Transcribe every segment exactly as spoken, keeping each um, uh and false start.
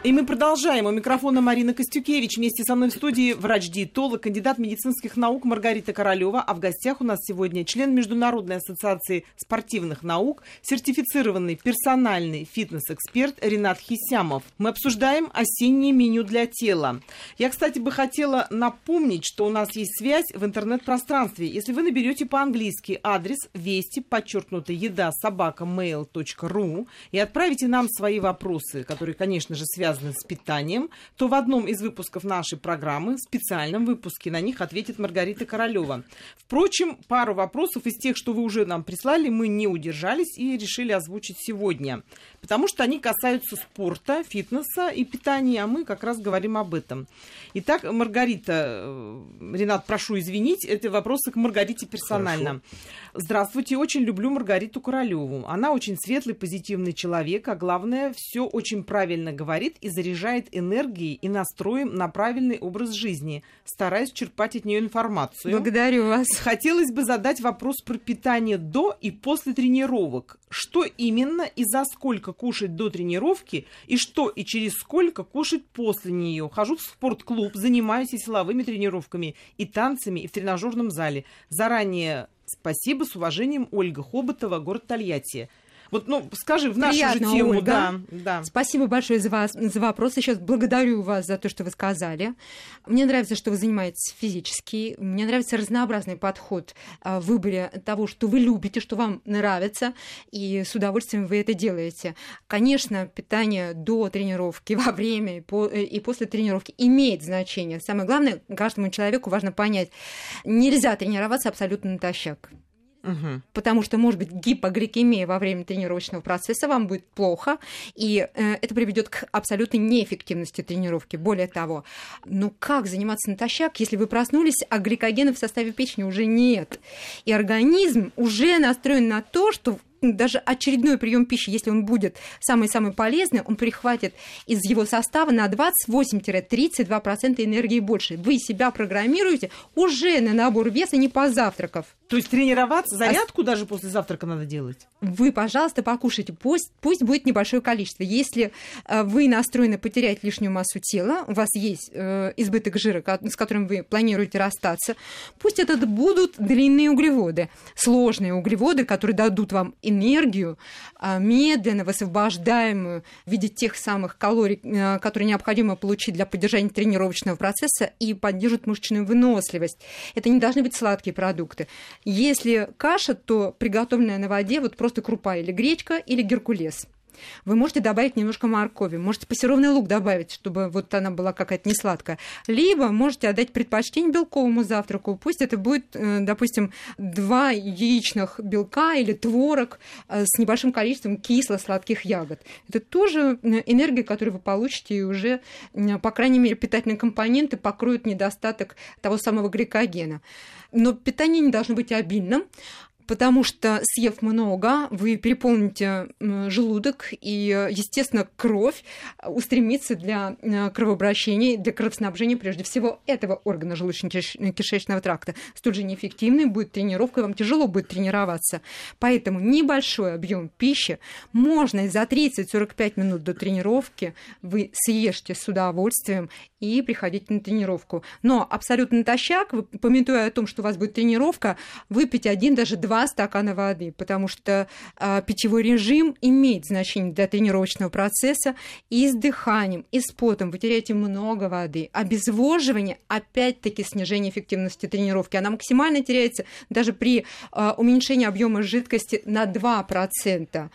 И мы продолжаем. У микрофона Марина Костюкевич. Вместе со мной в студии врач-диетолог, кандидат медицинских наук Маргарита Королева. А в гостях у нас сегодня член Международной ассоциации спортивных наук, сертифицированный персональный фитнес-эксперт Ринат Хисямов. Мы обсуждаем осеннее меню для тела. Я, кстати, бы хотела напомнить, что у нас есть связь в интернет-пространстве. Если вы наберете по-английски адрес вести, подчеркнуто, еда, собака, mail точка ру и отправите нам свои вопросы, которые, конечно же, связаны с питанием, то в одном из выпусков нашей программы, в специальном выпуске, на них ответит Маргарита Королева. Впрочем, пару вопросов из тех, что вы уже нам прислали, мы не удержались и решили озвучить сегодня, потому что они касаются спорта, фитнеса и питания, а мы как раз говорим об этом. Итак, Маргарита, Ринат, прошу извинить, это вопросы к Маргарите персонально. Хорошо. Здравствуйте, очень люблю Маргариту Королеву. Она очень светлый, позитивный человек, а главное, все очень правильно говорит и заряжает энергией и настроем на правильный образ жизни. Стараюсь черпать от нее информацию. Благодарю вас. Хотелось бы задать вопрос про питание до и после тренировок. Что именно и за сколько кушать до тренировки, и что и через сколько кушать после нее? Хожу в спортклуб, занимаюсь и силовыми тренировками, и танцами, и в тренажерном зале. Заранее спасибо, с уважением, Ольга Хоботова, город Тольятти. Вот, ну, скажи, в нашу Приятно, же тему, Ольга. да, да. Спасибо большое за, вас, за вопрос. Сейчас благодарю вас за то, что вы сказали. Мне нравится, что вы занимаетесь физически. Мне нравится разнообразный подход в выборе того, что вы любите, что вам нравится, и с удовольствием вы это делаете. Конечно, питание до тренировки, во время и, по, и после тренировки имеет значение. Самое главное, каждому человеку важно понять, нельзя тренироваться абсолютно натощак. Угу. Потому что, может быть, гипогликемия во время тренировочного процесса, вам будет плохо, и э, это приведет к абсолютной неэффективности тренировки. Более того, ну как заниматься натощак, если вы проснулись, а гликогена в составе печени уже нет, и организм уже настроен на то, что даже очередной прием пищи, если он будет самый-самый полезный, он прихватит из его состава на двадцать восемь - тридцать два процента энергии больше. Вы себя программируете уже на набор веса, не позавтракав. То есть тренироваться, зарядку а... даже после завтрака надо делать? Вы, пожалуйста, покушайте. Пусть, пусть будет небольшое количество. Если э, вы настроены потерять лишнюю массу тела, у вас есть э, избыток жира, с которым вы планируете расстаться, пусть это будут длинные углеводы, сложные углеводы, которые дадут вам энергию, э, медленно высвобождаемую в виде тех самых калорий, э, которые необходимо получить для поддержания тренировочного процесса и поддержат мышечную выносливость. Это не должны быть сладкие продукты. Если каша, то приготовленная на воде, вот просто крупа или гречка, или геркулес. Вы можете добавить немножко моркови, можете пассерованный лук добавить, чтобы вот она была какая-то не сладкая. Либо можете отдать предпочтение белковому завтраку. Пусть это будет, допустим, два яичных белка или творог с небольшим количеством кисло-сладких ягод. Это тоже энергия, которую вы получите, и уже, по крайней мере, питательные компоненты покроют недостаток того самого гликогена. Но питание не должно быть обильным, потому что, съев много, вы переполните желудок, и, естественно, кровь устремится для кровообращения, для кровоснабжения прежде всего этого органа желудочно-кишечного тракта. Столь же неэффективной будет тренировка, и вам тяжело будет тренироваться. Поэтому небольшой объем пищи можно и за тридцать - сорок пять минут до тренировки вы съешьте с удовольствием и приходите на тренировку. Но абсолютно натощак, памятуя о том, что у вас будет тренировка, выпить один, даже два стакана воды, потому что а, питьевой режим имеет значение для тренировочного процесса. И с дыханием, и с потом вы теряете много воды. Обезвоживание, опять-таки, снижение эффективности тренировки. Она максимально теряется даже при а, уменьшении объема жидкости на два процента.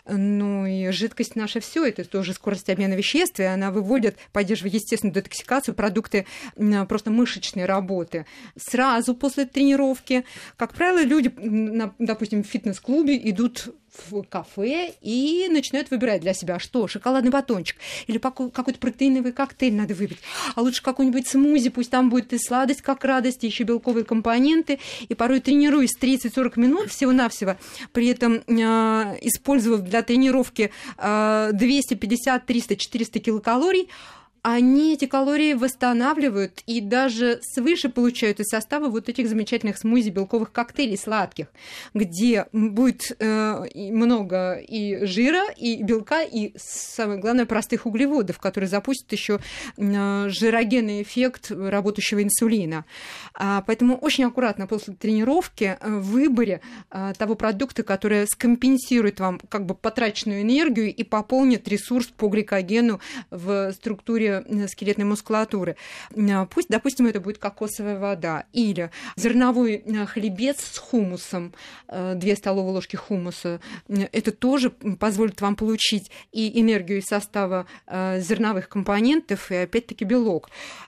Ну и жидкость наша все, это тоже скорость обмена веществ, и она выводит, поддерживая естественную детоксикацию, продукты просто мышечной работы. Сразу после тренировки, как правило, люди, допустим, в фитнес-клубе идут в кафе и начинают выбирать для себя, что шоколадный батончик или какой-то протеиновый коктейль надо выпить, а лучше какой-нибудь смузи, пусть там будет и сладость как радость, и еще белковые компоненты, и порой тренируясь тридцать - сорок минут всего-навсего, при этом э, использовав для тренировки э, двести пятьдесят - триста - четыреста килокалорий, они эти калории восстанавливают и даже свыше получают из состава вот этих замечательных смузи белковых коктейлей сладких, где будет э, много и жира, и белка, и, самое главное, простых углеводов, которые запустят еще э, жирогенный эффект работающего инсулина. А, поэтому очень аккуратно после тренировки в выборе э, того продукта, который скомпенсирует вам как бы потраченную энергию и пополнит ресурс по гликогену в структуре скелетной мускулатуры. Пусть, допустим, это будет кокосовая вода или зерновой хлебец с хумусом, две столовые ложки хумуса. Это тоже позволит вам получить и энергию из состава зерновых компонентов, и опять-таки белок.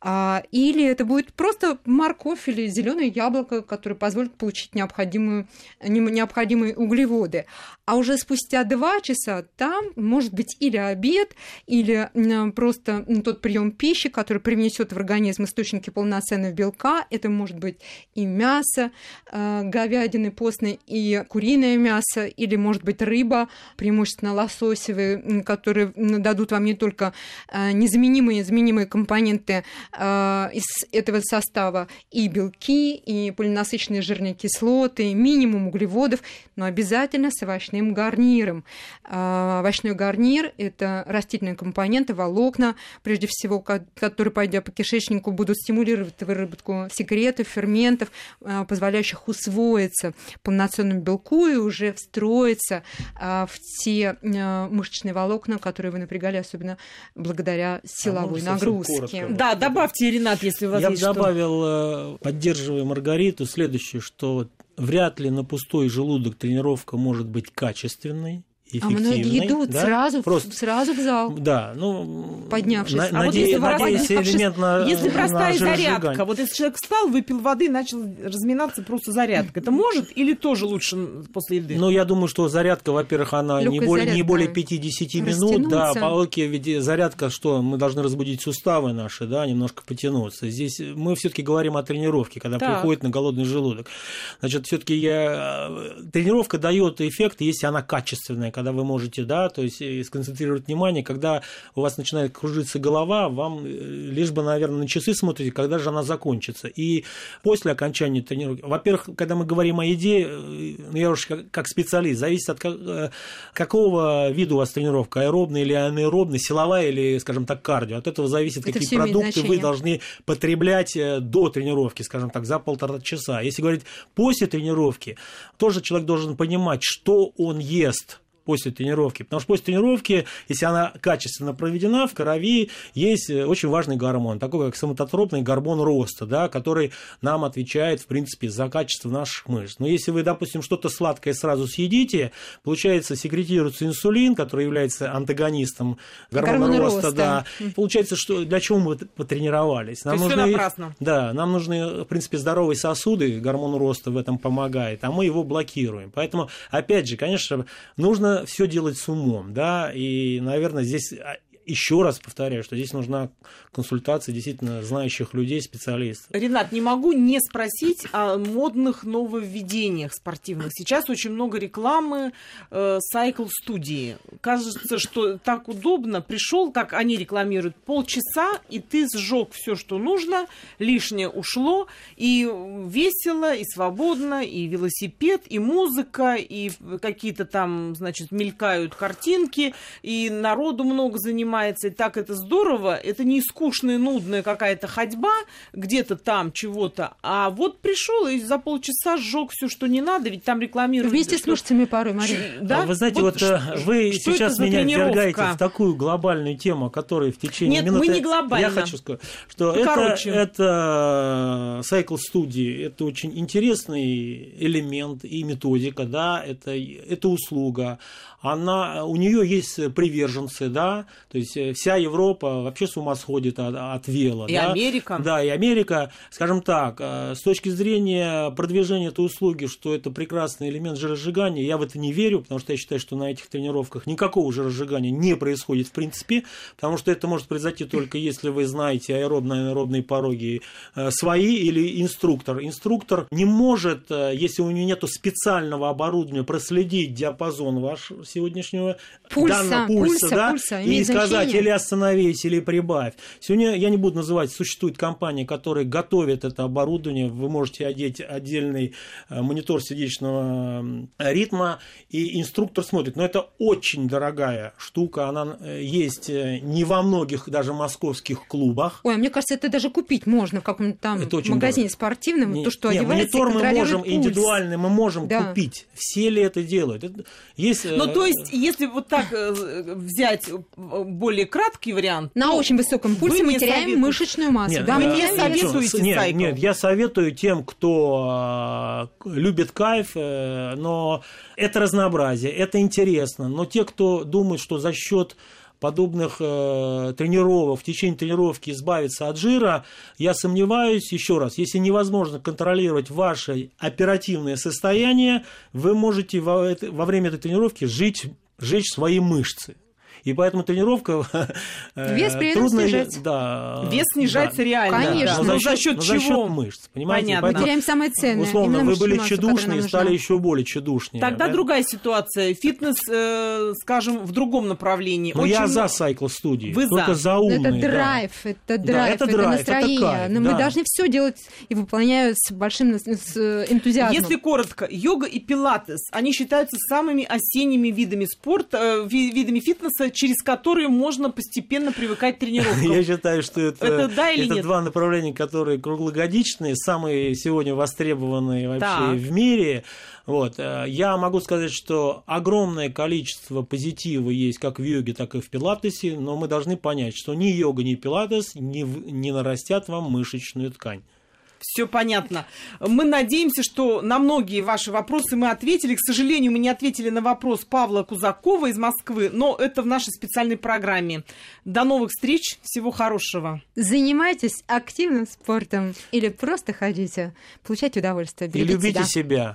Или это будет просто морковь или зеленое яблоко, которое позволит получить необходимую, необходимые углеводы. А уже спустя два часа там может быть или обед, или просто тот прием пищи, который привнесет в организм источники полноценного белка. Это может быть и мясо, говядины постной, и куриное мясо, или, может быть, рыба, преимущественно лососевые, которые дадут вам не только незаменимые, заменимые компоненты из этого состава, и белки, и полиненасыщенные жирные кислоты, минимум углеводов, но обязательно с овощным гарниром. Овощной гарнир – это растительные компоненты, волокна, прежде всего, которые, пойдя по кишечнику, будут стимулировать выработку секретов, ферментов, позволяющих усвоиться полноценному белку и уже встроиться в те мышечные волокна, которые вы напрягали, особенно благодаря силовой а нагрузке. Да, добавьте, Ренат, если у вас Я есть бы добавил, поддерживая Маргариту, следующее, что вряд ли на пустой желудок тренировка может быть качественной. А многие идут да? сразу, Просто... сразу в зал, да, ну, поднявшись. На, а наде... вот если, надеюсь, элемент на, если простая на зарядка, вот если человек встал, выпил воды, начал разминаться, просто зарядка, это может или тоже лучше после еды? Ну, я думаю, что зарядка, во-первых, она не более, не более пятьдесят минут, да, по окей, ведь зарядка, что мы должны разбудить суставы наши, да, немножко потянуться. Здесь мы все-таки говорим о тренировке, когда так. приходит на голодный желудок. Значит, все-таки я... тренировка дает эффект, если она качественная, когда вы можете, да, то есть сконцентрировать внимание, когда у вас начинает кружиться голова, вам лишь бы, наверное, на часы смотрите, когда же она закончится. И после окончания тренировки, во-первых, когда мы говорим о еде, я уж как, как специалист, зависит от как, какого вида у вас тренировка, аэробная или анаэробная, силовая или, скажем так, кардио. От этого зависит, это какие продукты вы должны потреблять до тренировки, скажем так, за полтора часа. Если говорить после тренировки, тоже человек должен понимать, что он ест после тренировки. Потому что после тренировки, если она качественно проведена, в крови есть очень важный гормон, такой как соматотропный гормон роста, да, который нам отвечает, в принципе, за качество наших мышц. Но если вы, допустим, что-то сладкое сразу съедите, получается, секретируется инсулин, который является антагонистом гормона, гормона роста. роста. Да. Получается, что для чего мы потренировались? Нам То есть нужны, всё напрасно. Да, нам нужны, в принципе, здоровые сосуды, гормон роста в этом помогает, а мы его блокируем. Поэтому, опять же, конечно, нужно все делать с умом, да, и, наверное, здесь еще раз повторяю, что здесь нужна консультация действительно знающих людей, специалистов. Ренат, не могу не спросить о модных нововведениях спортивных. Сейчас очень много рекламы э, сайкл-студии. Кажется, что так удобно. Пришел, как они рекламируют, полчаса, и ты сжег все, что нужно, лишнее ушло, и весело, и свободно, и велосипед, и музыка, и какие-то там, значит, мелькают картинки, и народу много занимается. И так это здорово, это не скучная, нудная какая-то ходьба где-то там чего-то, а вот пришел и за полчаса сжег все, что не надо, ведь там рекламируют... Вместе что... с мышцами порой, Мария. Да? Вы знаете, вот, вот вы сейчас меня ввергаете в такую глобальную тему, о которой в течение Нет, минуты... мы не глобально. Я хочу сказать, что ну, это, это Cycle Study, это очень интересный элемент и методика, да, это, это услуга. Она, у нее есть приверженцы, да, то есть вся Европа вообще с ума сходит от, от вела. И да? Америка. Да, и Америка, скажем так, с точки зрения продвижения этой услуги, что это прекрасный элемент жиросжигания, я в это не верю, потому что я считаю, что на этих тренировках никакого жиросжигания не происходит в принципе, потому что это может произойти только если вы знаете аэробные, аэробные пороги свои или инструктор. Инструктор не может, если у него нет специального оборудования, проследить диапазон ваш сегодняшнего пульса, данного пульса, пульса, да, пульса и сказать, сказать или остановись, или прибавь. Сегодня я не буду называть, существует компания, которая готовит это оборудование. Вы можете одеть отдельный монитор сердечного ритма, и инструктор смотрит. Но это очень дорогая штука. Она есть не во многих даже московских клубах. Ой, мне кажется, это даже купить можно в каком-то там магазине дорого. Спортивном. Не, то, что не, одевается, монитор мы можем пульс. индивидуальный, мы можем да. купить. Все ли это делают? Есть, ну, то есть, если вот так взять более краткий вариант... На очень высоком пульсе мы теряем советуете? мышечную массу. Нет, да, вы мы не советуете нет, сайкл? Нет, я советую тем, кто э, любит кайф, э, но это разнообразие, это интересно. Но те, кто думает, что за счет подобных э, тренировок, в течение тренировки избавиться от жира, я сомневаюсь, еще раз, если невозможно контролировать ваше оперативное состояние, вы можете во, во время этой тренировки жить, жечь свои мышцы. И поэтому тренировка вес при этом трудно, снижать. Да, вес снижается да. реально. Конечно. Да. Но, но за счет но чего? За счет мышц. Понимаете? Понятно. Мы теряем самое ценное. Условно, вы были тщедушные, стали еще более тщедушнее. Тогда да? другая ситуация. Фитнес, э, скажем, в другом направлении. Но Очень... я за сайкл-студии. Вы только за. за умные. Это драйв, да. это драйв, да, это, это драйв, настроение. Это кайф, Но да. мы должны все делать и выполнять с большим с энтузиазмом. Если коротко, йога и пилатес, они считаются самыми осенними видами спорта, видами фитнеса, через которые можно постепенно привыкать к тренировкам. Я считаю, что это, это, да или это нет? два направления, которые круглогодичные, самые сегодня востребованные вообще так. в мире. Вот. Я могу сказать, что огромное количество позитива есть как в йоге, так и в пилатесе, но мы должны понять, что ни йога, ни пилатес не, не нарастят вам мышечную ткань. Все понятно. Мы надеемся, что на многие ваши вопросы мы ответили. К сожалению, мы не ответили на вопрос Павла Кузакова из Москвы, но это в нашей специальной программе. До новых встреч. Всего хорошего. Занимайтесь активным спортом или просто ходите. Получайте удовольствие. И любите себя.